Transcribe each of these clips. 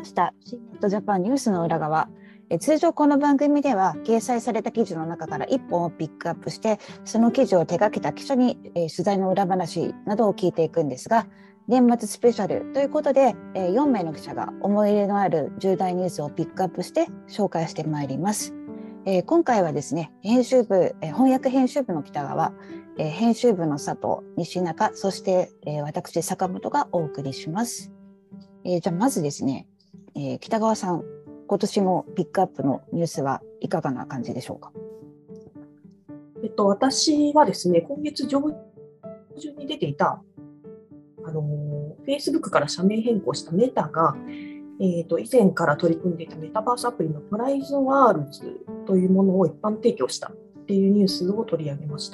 ました。新ネットジャパンニュースの裏側。通常この番組では掲載された記事の中から1本をピックアップしてその記事を手掛けた記者に取材の裏話などを聞いていくんですが、年末スペシャルということで4名の記者が思い入れのある重大ニュースをピックアップして紹介してまいります。今回はですね、翻訳編集部の北川、編集部の佐藤、西中、そして、私坂本がお送りします。じゃあまずですね、北川さん、今年もピックアップのニュースはいかがな感じでしょうか。 私はですね、今月上旬に出ていたFacebook から社名変更したメタが、以前から取り組んでいたメタバースアプリのホライズンワールズというものを一般提供したっていうニュースを取り上げました。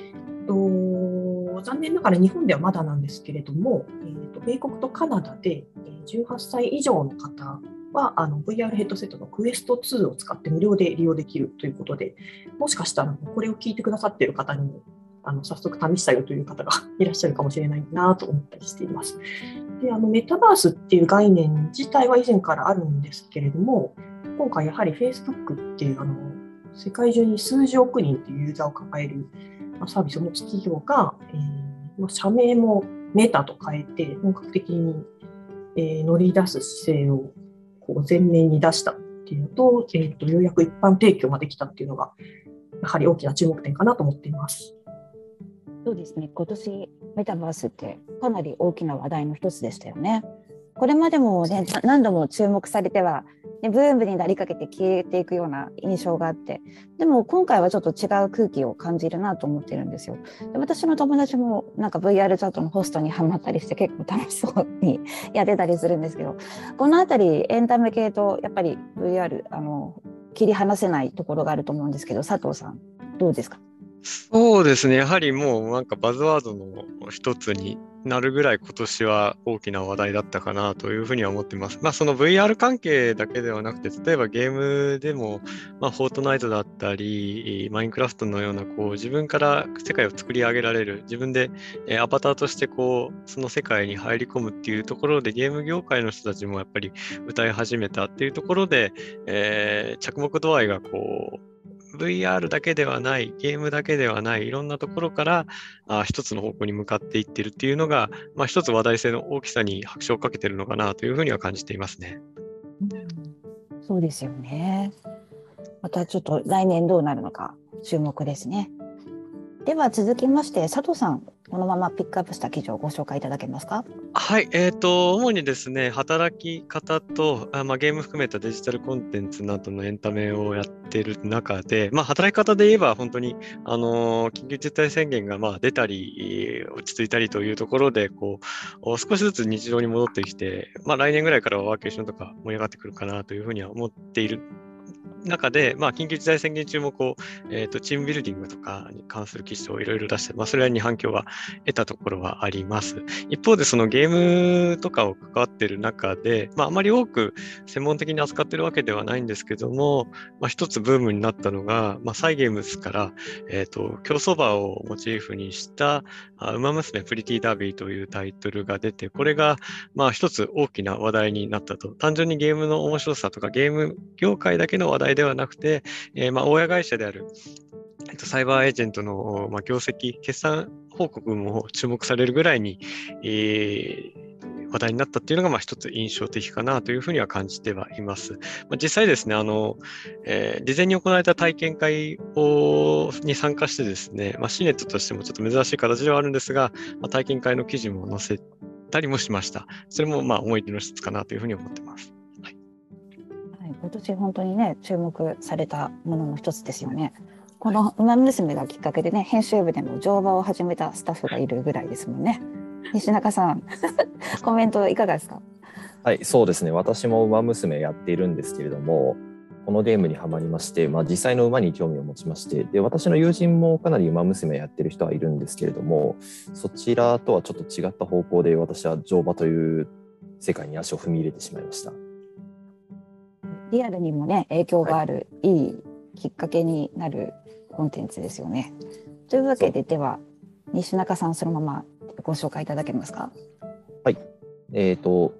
残念ながら日本ではまだなんですけれども、米国とカナダで18歳以上の方はVR ヘッドセットのクエスト2を使って無料で利用できるということで、もしかしたらこれを聞いてくださっている方にも早速試したよという方がいらっしゃるかもしれないなと思ったりしています。で、メタバースっていう概念自体は以前からあるんですけれども、今回やはり Facebook っていう世界中に数十億人というユーザーを抱えるサービスを持つ企業が、社名もメタと変えて本格的に、乗り出す姿勢を前面に出したっていうのと、ようやく一般提供ができたっていうのがやはり大きな注目点かなと思っています。 そうですね、今年メタバースってかなり大きな話題の一つでしたよね。これまでも、ね、何度も注目されては、ね、ブームになりかけて消えていくような印象があって、でも今回はちょっと違う空気を感じるなと思ってるんですよ。で、私の友達もなんか VR チャットのホストにハマったりして結構楽しそうにやってたりするんですけど、このあたりエンタメ系とやっぱり VR 切り離せないところがあると思うんですけど、佐藤さんどうですか？ そうですね。やはりもうなんかバズワードの一つになるぐらい今年は大きな話題だったかなというふうには思ってます。その VR 関係だけではなくて、例えばゲームでも、フォートナイトだったり、マインクラフトのような自分から世界を作り上げられる、自分でアバターとしてその世界に入り込むっていうところで、ゲーム業界の人たちもやっぱり歌い始めたっていうところで、着目度合いがVR だけではない、ゲームだけではない、いろんなところから一つの方向に向かっていってるっていうのが、一つ話題性の大きさに拍車をかけてるのかなというふうには感じていますね。 そうですよね。またちょっと来年どうなるのか注目ですね。では続きまして佐藤さん、このままピックアップした記事をご紹介いただけますか？ はい、主にですね、働き方とゲーム含めたデジタルコンテンツなどのエンタメをやっている中で、働き方で言えば本当に緊急事態宣言が出たり落ち着いたりというところで少しずつ日常に戻ってきて、来年ぐらいからはワーケーションとか盛り上がってくるかなというふうには思っている中で、緊急事態宣言中もチームビルディングとかに関する記事をいろいろ出して、それに反響は得たところはあります。一方でそのゲームとかを関わっている中で、あまり多く専門的に扱っているわけではないんですけども、一つブームになったのが、サイゲームズから、競走馬をモチーフにしたウマ娘プリティダービーというタイトルが出て、これが一つ大きな話題になったと。単純にゲームの面白さとかゲーム業界だけの話題ではなくて、親会社であるサイバーエージェントの業績、決算報告も注目されるぐらいに、話題になったっていうのが一つ印象的かなというふうには感じてはいます。実際ですね、事前に行われた体験会に参加してですね、シネットとしてもちょっと珍しい形ではあるんですが、体験会の記事も載せたりもしました。それも思い出の一つかなというふうに思ってます。 今年本当にね、注目されたものの一つですよね。このウマ娘がきっかけでね、編集部でも乗馬を始めたスタッフがいるぐらいですもんね。西中さんコメントいかがですか？ はい、そうですね。私もウマ娘やっているんですけれども、このゲームにはまりまして、実際の馬に興味を持ちまして、で、私の友人もかなりウマ娘やってる人はいるんですけれども、そちらとはちょっと違った方向で私は乗馬という世界に足を踏み入れてしまいました。 リアルにもね、影響がある、いいきっかけになるコンテンツですよね。というわけで、では西中さん、そのままご紹介いただけますか？ はい。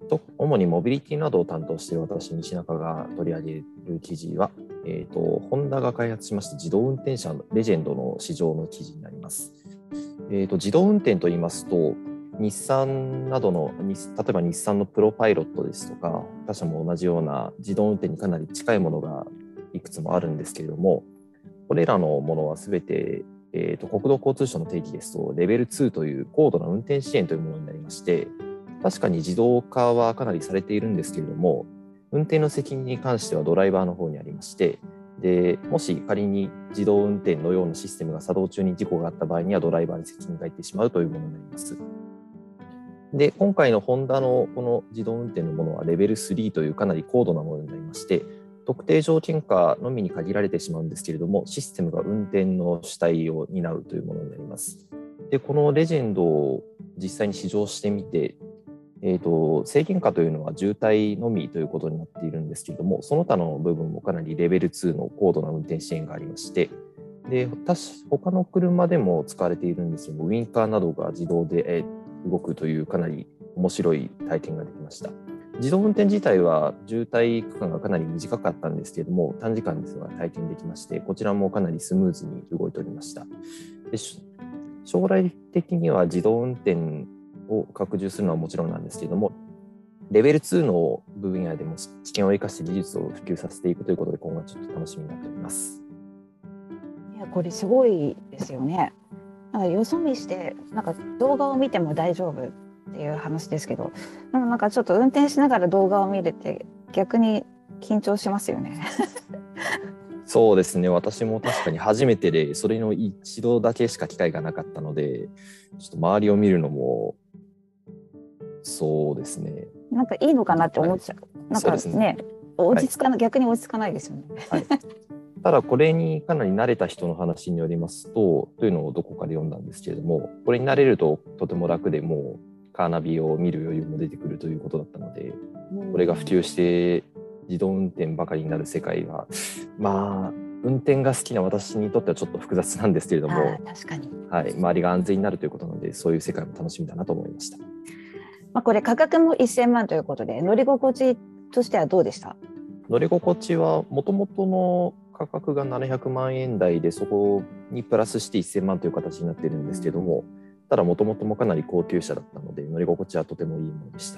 主にモビリティなどを担当している私、西中が取り上げる記事は、ホンダが開発しました自動運転車のレジェンドの試乗の記事になります。自動運転といいますと、日産などの、例えば日産のプロパイロットですとか、他社も同じような自動運転にかなり近いものがいくつもあるんですけれども、これらのものはすべて、国土交通省の定義ですと、レベル2という高度な運転支援というものになりまして、確かに自動化はかなりされているんですけれども、運転の責任に関してはドライバーの方にありまして、でもし仮に自動運転のようなシステムが作動中に事故があった場合にはドライバーに責任がいってしまうというものになります。で、今回のホンダのこの自動運転のものはレベル3というかなり高度なものになりまして、特定条件下のみに限られてしまうんですけれども、システムが運転の主体を担うというものになります。で、このレジェンドを実際に試乗してみて、制限下というのは渋滞のみということになっているんですけれども、その他の部分もかなりレベル2の高度な運転支援がありまして、で他の車でも使われているんですけども、ウインカーなどが自動で動くというかなり面白い体験ができました。自動運転自体は渋滞区間がかなり短かったんですけれども、短時間ですが体験できまして、こちらもかなりスムーズに動いておりました。で、将来的には自動運転を拡充するのはもちろんなんですけれども、レベル2の分野でも知見を生かして技術を普及させていくということで、今後はちょっと楽しみになっております。 いや、これすごいですよね。なんかよそ見してなんか動画を見ても大丈夫っていう話ですけど、でもなんかちょっと運転しながら動画を見るって逆に緊張しますよね。 そうですね、私も確かに初めてで、それの一度だけしか機会がなかったので、ちょっと周りを見るのも、そうですね。 なんかいいのかなって思っちゃう。なんかね、落ち着かない、逆に落ち着かないですよね。 はい、ただこれにかなり慣れた人の話によりますというのをどこかで読んだんですけれども、これに慣れるととても楽で、もうカーナビを見る余裕も出てくるということだったので、これが普及して自動運転ばかりになる世界は、まあ運転が好きな私にとってはちょっと複雑なんですけれども、 確かに、 はい、周りが安全になるということなので、そういう世界も楽しみだなと思いました。 これ価格も1000万ということで、乗り心地としてはどうでした？ 乗り心地はもともとの価格が700万円台で、そこにプラスして1000万という形になっているんですけども、ただもともともかなり高級車だったので、乗り心地はとてもいいものでした。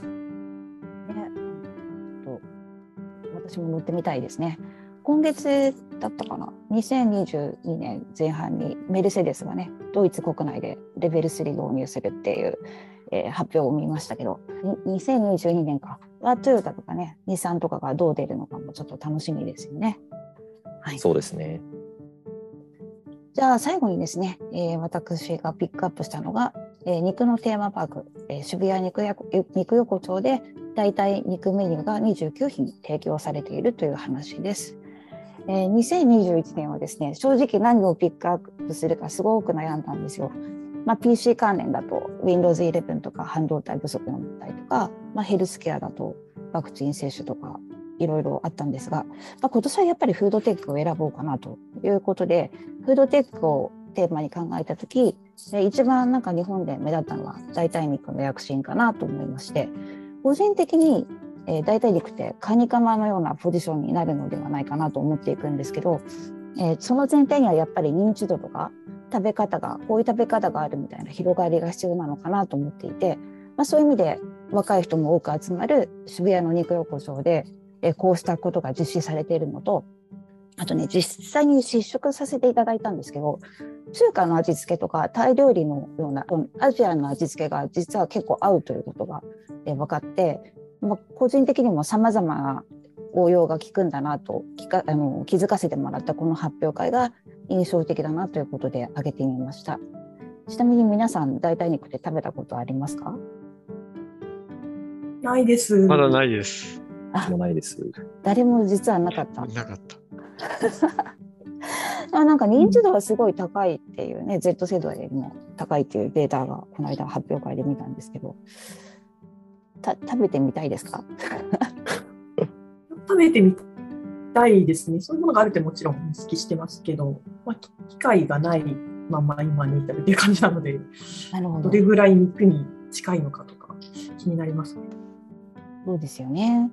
私も乗ってみたいですね。今月だったかな、2022年前半にメルセデスがね、ドイツ国内でレベル3導入するっていう、発表を見ましたけど、2022年かはトヨタとかね、日産とかがどう出るのかもちょっと楽しみですよね。はい、 そうですね。 じゃあ最後にですね、私がピックアップしたのが、肉のテーマパーク、渋谷肉横丁で代替肉メニューが29品提供されているという話です。2021年はですね、正直何をピックアップするかすごく悩んだんですよ。PC 関連だと Windows 11とか半導体不足の問題とか、ヘルスケアだとワクチン接種とかいろいろあったんですが、今年はやっぱりフードテックを選ぼうかなということで、フードテックをテーマに考えたとき、一番なんか日本で目立ったのは代替肉の躍進かなと思いまして、個人的に代替肉ってカニカマのようなポジションになるのではないかなと思っていくんですけど、その前提にはやっぱり認知度とか食べ方が、こういう食べ方があるみたいな広がりが必要なのかなと思っていて、そういう意味で若い人も多く集まる渋谷の肉横丁でこうしたことが実施されているのと、あとね、実際に試食させていただいたんですけど、中華の味付けとかタイ料理のようなアジアの味付けが実は結構合うということが分かって、個人的にもさまざまな応用が効くんだなと気づかせてもらったこの発表会が印象的だなということで挙げてみました。ちなみに皆さん、代替肉って食べたことありますか？ ないです。 まだないです。 もうないです。 誰も実はなかった。 なかった。 なんか認知度はすごい高いっていうね、Z 世代よりも高いっていうデータがこの間発表会で見たんですけど、食べてみたいですか？ 食べてみたいですね。そういうものがあるってもちろん認識してますけど、機会がないまま今に至るっていう感じなので、どれぐらい肉に近いのかとか気になりますね。 そうですよね。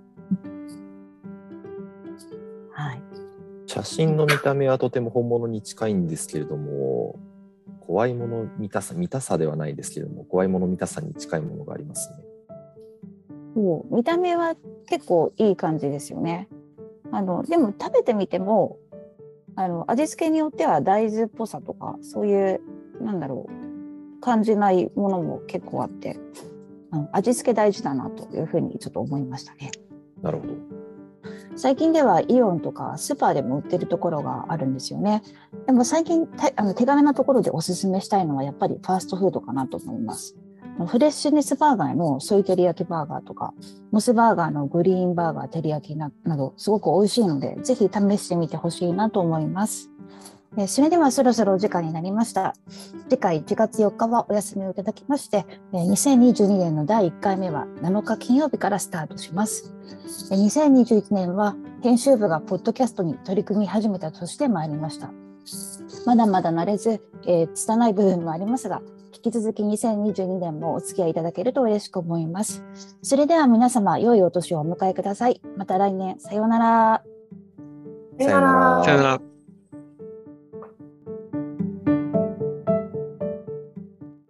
はい。 写真の見た目はとても本物に近いんですけれども、怖いもの見たさではないですけれども、怖いもの見たさに近いものがありますね。 そう見た目は結構いい感じですよね。でも食べてみても味付けによっては大豆っぽさとかそういう感じないものも結構あって、味付け大事だなというふうにちょっと思いましたね。 なるほど。 最近ではイオンとかスーパーでも売ってるところがあるんですよね。でも最近手軽なところでおすすめしたいのはやっぱりファーストフードかなと思います。フレッシュネスバーガーのソイ照り焼きバーガーとかモスバーガーのグリーンバーガー照り焼きなどすごく美味しいのでぜひ試してみてほしいなと思います。それではそろそろお時間になりました。次回1月4日はお休みをいただきまして2022年の第1回目は7日金曜日からスタートします。2021年は編集部がポッドキャストに取り組み始めた年でもありました。まだまだ慣れず、拙い部分もありますが引き続き2022年もお付き合いいただけると嬉しく思います。それでは皆様良いお年をお迎えください。また来年さようなら。 さよなら。 さよなら。